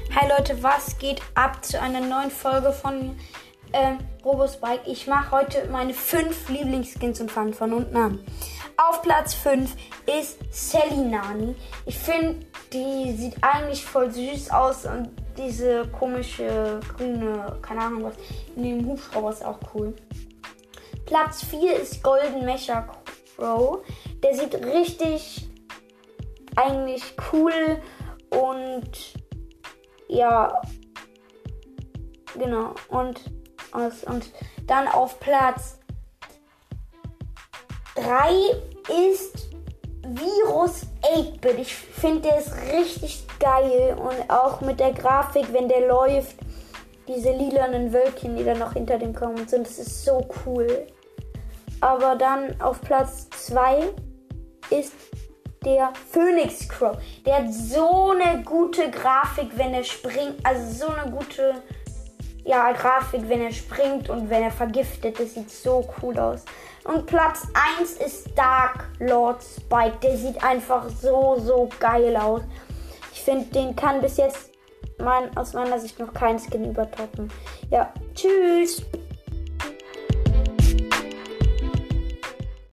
Hi Leute, was geht ab zu einer neuen Folge von Robospike? Ich mache heute meine 5 Lieblingsskins und fange von unten an. Auf Platz 5 ist Sally Nani. Ich finde, die sieht eigentlich voll süß aus und diese komische grüne, keine Ahnung was, in dem Hubschrauber ist auch cool. Platz 4 ist Golden Mecha Crow. Der sieht richtig eigentlich cool und ja, genau. Und dann auf Platz 3 ist Virus 8-Bit. Ich finde, der ist richtig geil. Und auch mit der Grafik, wenn der läuft, diese lilanen Wölkchen, die dann noch hinter dem kommen sind, das ist so cool. Aber dann auf Platz 2 ist der Phoenix Crow. Der hat so eine gute Grafik, wenn er springt. Also so eine gute Grafik, wenn er springt und wenn er vergiftet. Das sieht so cool aus. Und Platz 1 ist Dark Lord Spike. Der sieht einfach so geil aus. Ich finde, den kann bis jetzt aus meiner Sicht noch kein Skin übertoppen. Ja, tschüss.